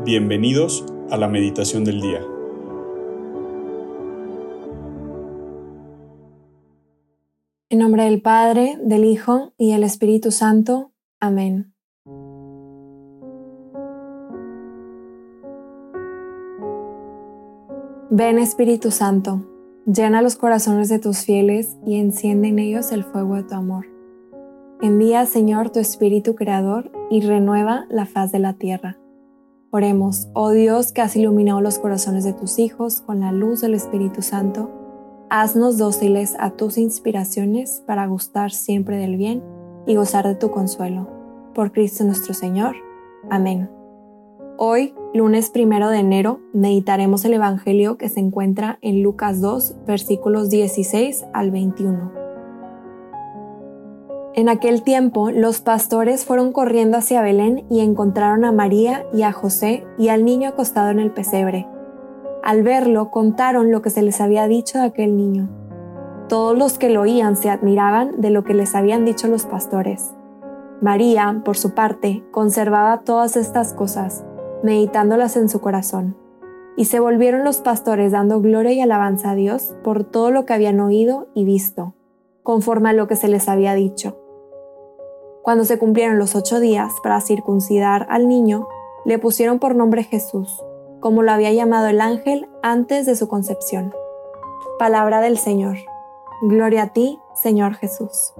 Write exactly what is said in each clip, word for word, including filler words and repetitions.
Bienvenidos a la meditación del día. En nombre del Padre, del Hijo y del Espíritu Santo. Amén. Ven, Espíritu Santo, llena los corazones de tus fieles y enciende en ellos el fuego de tu amor. Envía, Señor, tu Espíritu Creador y renueva la faz de la tierra. Oremos, oh Dios, que has iluminado los corazones de tus hijos con la luz del Espíritu Santo. Haznos dóciles a tus inspiraciones para gustar siempre del bien y gozar de tu consuelo. Por Cristo nuestro Señor. Amén. Hoy, lunes primero de enero, meditaremos el Evangelio que se encuentra en Lucas dos, versículos dieciséis al veintiuno. En aquel tiempo, los pastores fueron corriendo hacia Belén y encontraron a María y a José y al niño acostado en el pesebre. Al verlo, contaron lo que se les había dicho de aquel niño. Todos los que lo oían se admiraban de lo que les habían dicho los pastores. María, por su parte, conservaba todas estas cosas, meditándolas en su corazón. Y se volvieron los pastores dando gloria y alabanza a Dios por todo lo que habían oído y visto, conforme a lo que se les había dicho. Cuando se cumplieron los ocho días para circuncidar al niño, le pusieron por nombre Jesús, como lo había llamado el ángel antes de su concepción. Palabra del Señor. Gloria a ti, Señor Jesús.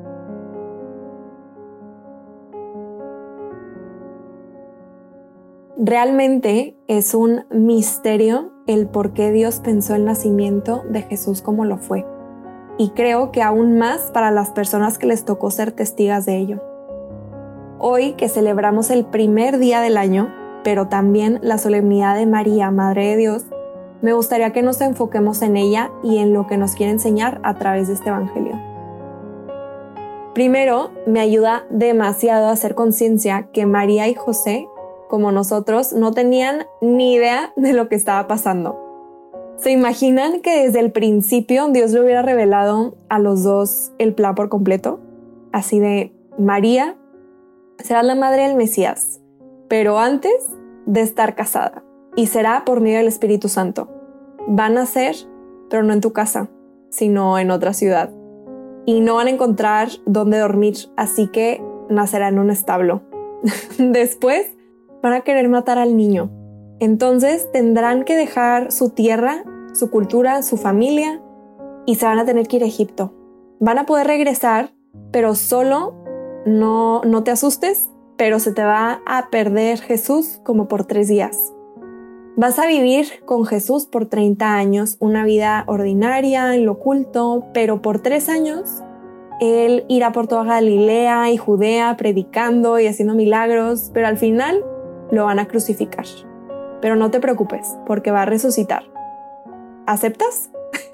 Realmente es un misterio el por qué Dios pensó el nacimiento de Jesús como lo fue. Y creo que aún más para las personas que les tocó ser testigos de ello. Hoy que celebramos el primer día del año, pero también la solemnidad de María, Madre de Dios, me gustaría que nos enfoquemos en ella y en lo que nos quiere enseñar a través de este Evangelio. Primero, me ayuda demasiado a hacer conciencia que María y José, como nosotros, no tenían ni idea de lo que estaba pasando. ¿Se imaginan que desde el principio Dios le hubiera revelado a los dos el plan por completo? Así de, María será la madre del Mesías, pero antes de estar casada, y será por medio del Espíritu Santo. Van a nacer, pero no en tu casa, sino en otra ciudad. Y no van a encontrar dónde dormir, así que nacerá en un establo. Después van a querer matar al niño. Entonces tendrán que dejar su tierra, su cultura, su familia y se van a tener que ir a Egipto. Van a poder regresar, pero solo no, no te asustes, pero se te va a perder Jesús como por tres días. Vas a vivir con Jesús por treinta años, una vida ordinaria, en lo oculto, pero por tres años Él irá por toda Galilea y Judea predicando y haciendo milagros, pero al final lo van a crucificar. Pero no te preocupes, porque va a resucitar. ¿Aceptas?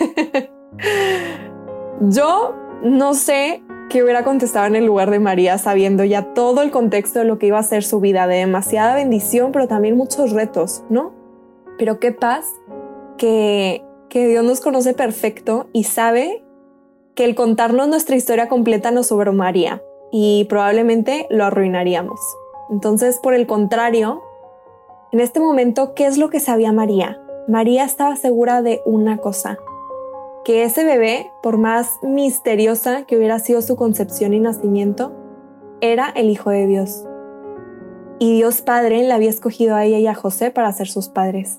Yo no sé qué hubiera contestado en el lugar de María, sabiendo ya todo el contexto de lo que iba a ser su vida, de demasiada bendición, pero también muchos retos, ¿no? Pero qué paz que, que Dios nos conoce perfecto y sabe que el contarnos nuestra historia completa nos sobrehumaría y probablemente lo arruinaríamos. Entonces, por el contrario, en este momento, ¿qué es lo que sabía María? María estaba segura de una cosa, que ese bebé, por más misteriosa que hubiera sido su concepción y nacimiento, era el Hijo de Dios. Y Dios Padre la había escogido a ella y a José para ser sus padres.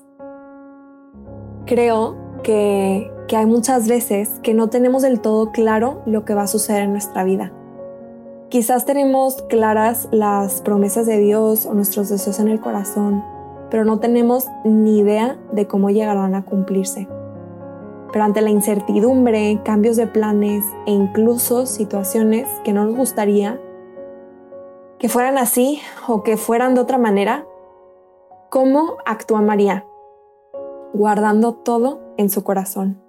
Creo que, que hay muchas veces que no tenemos del todo claro lo que va a suceder en nuestra vida. Quizás tenemos claras las promesas de Dios o nuestros deseos en el corazón, pero no tenemos ni idea de cómo llegarán a cumplirse. Pero ante la incertidumbre, cambios de planes e incluso situaciones que no nos gustaría que fueran así o que fueran de otra manera, ¿cómo actúa María? Guardando todo en su corazón.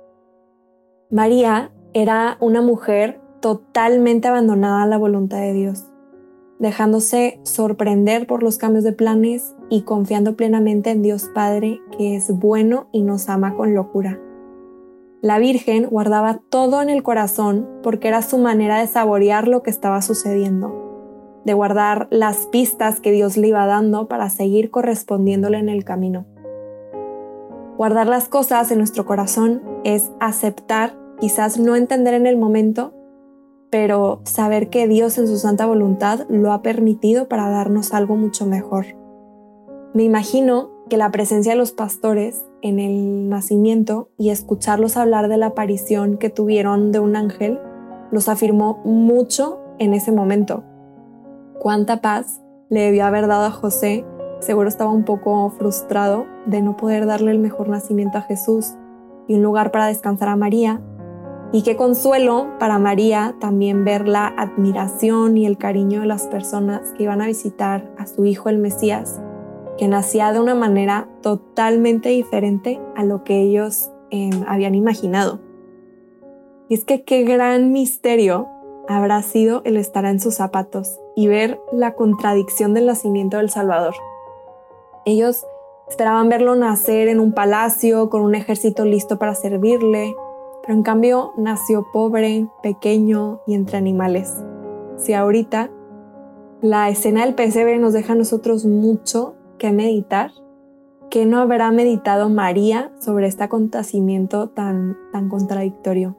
María era una mujer totalmente abandonada a la voluntad de Dios, dejándose sorprender por los cambios de planes y confiando plenamente en Dios Padre, que es bueno y nos ama con locura. La Virgen guardaba todo en el corazón porque era su manera de saborear lo que estaba sucediendo. de guardar las pistas que Dios le iba dando para seguir correspondiéndole en el camino. Guardar las cosas en nuestro corazón es aceptar, quizás no entender en el momento, pero saber que Dios en su santa voluntad lo ha permitido para darnos algo mucho mejor. Me imagino que la presencia de los pastores en el nacimiento y escucharlos hablar de la aparición que tuvieron de un ángel los afirmó mucho en ese momento. Cuánta paz le debió haber dado a José. Seguro estaba un poco frustrado de no poder darle el mejor nacimiento a Jesús y un lugar para descansar a María. Y qué consuelo para María también ver la admiración y el cariño de las personas que iban a visitar a su hijo el Mesías, que nacía de una manera totalmente diferente a lo que ellos eh, habían imaginado. Y es que qué gran misterio habrá sido el estar en sus zapatos y ver la contradicción del nacimiento del Salvador. Ellos esperaban verlo nacer en un palacio con un ejército listo para servirle, pero en cambio nació pobre, pequeño y entre animales. Si ahorita la escena del pesebre nos deja a nosotros mucho que meditar, ¿qué no habrá meditado María sobre este acontecimiento tan, tan contradictorio?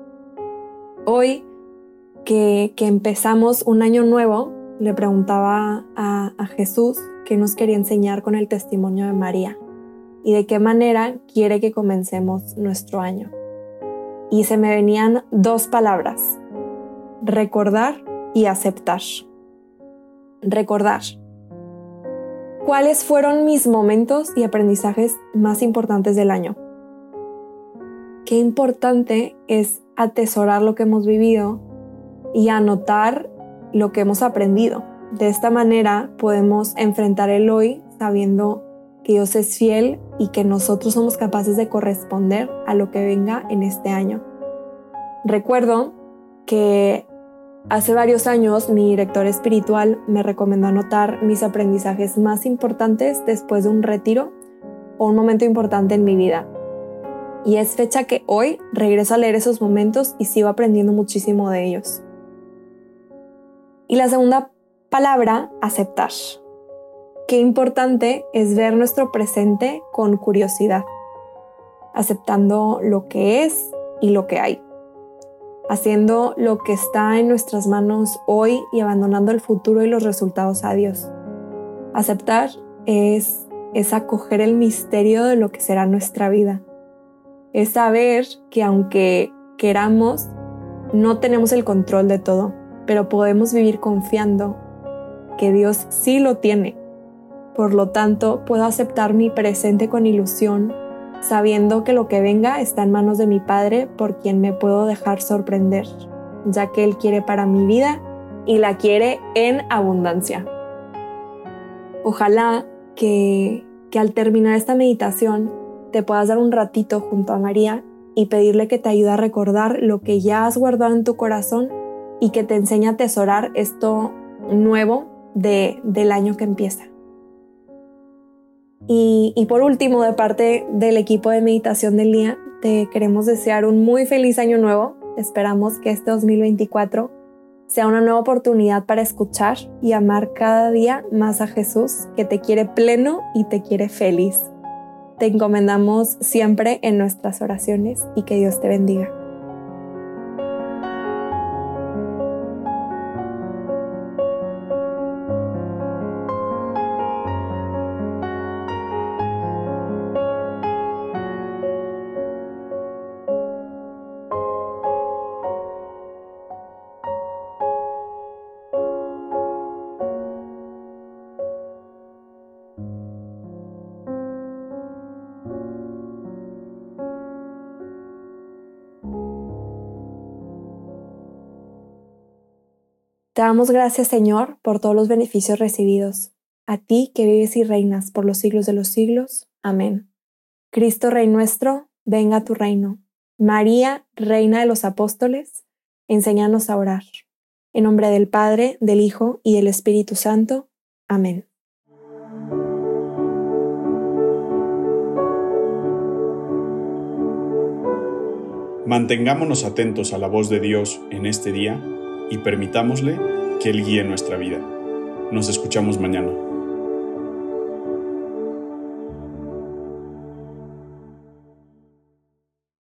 Hoy que, que empezamos un año nuevo, le preguntaba a, a Jesús qué nos quería enseñar con el testimonio de María y de qué manera quiere que comencemos nuestro año. Y se me venían dos palabras: recordar y aceptar. Recordar. ¿Cuáles fueron mis momentos y aprendizajes más importantes del año? Qué importante es atesorar lo que hemos vivido y anotar lo que hemos aprendido. De esta manera podemos enfrentar el hoy sabiendo que Dios es fiel y que nosotros somos capaces de corresponder a lo que venga en este año. Recuerdo que hace varios años mi director espiritual me recomendó anotar mis aprendizajes más importantes después de un retiro o un momento importante en mi vida. Y es fecha que hoy regreso a leer esos momentos y sigo aprendiendo muchísimo de ellos. Y la segunda palabra, aceptar. Qué importante es ver nuestro presente con curiosidad, aceptando lo que es y lo que hay, haciendo lo que está en nuestras manos hoy y abandonando el futuro y los resultados a Dios. Aceptar es, es acoger el misterio de lo que será nuestra vida. Es saber que aunque queramos, no tenemos el control de todo, pero podemos vivir confiando que Dios sí lo tiene. Por lo tanto, puedo aceptar mi presente con ilusión, sabiendo que lo que venga está en manos de mi Padre, por quien me puedo dejar sorprender, ya que Él quiere para mi vida y la quiere en abundancia. Ojalá que, que al terminar esta meditación te puedas dar un ratito junto a María y pedirle que te ayude a recordar lo que ya has guardado en tu corazón y que te enseñe a atesorar esto nuevo de, del año que empieza. Y, y por último, de parte del equipo de meditación del día, te queremos desear un muy feliz año nuevo. Esperamos que este dos mil veinticuatro sea una nueva oportunidad para escuchar y amar cada día más a Jesús, que te quiere pleno y te quiere feliz. Te encomendamos siempre en nuestras oraciones y que Dios te bendiga. Te damos gracias, Señor, por todos los beneficios recibidos. A ti que vives y reinas por los siglos de los siglos. Amén. Cristo, Rey nuestro, venga a tu reino. María, Reina de los Apóstoles, enséñanos a orar. En nombre del Padre, del Hijo y del Espíritu Santo. Amén. Mantengámonos atentos a la voz de Dios en este día y permitámosle que Él guíe nuestra vida. Nos escuchamos mañana.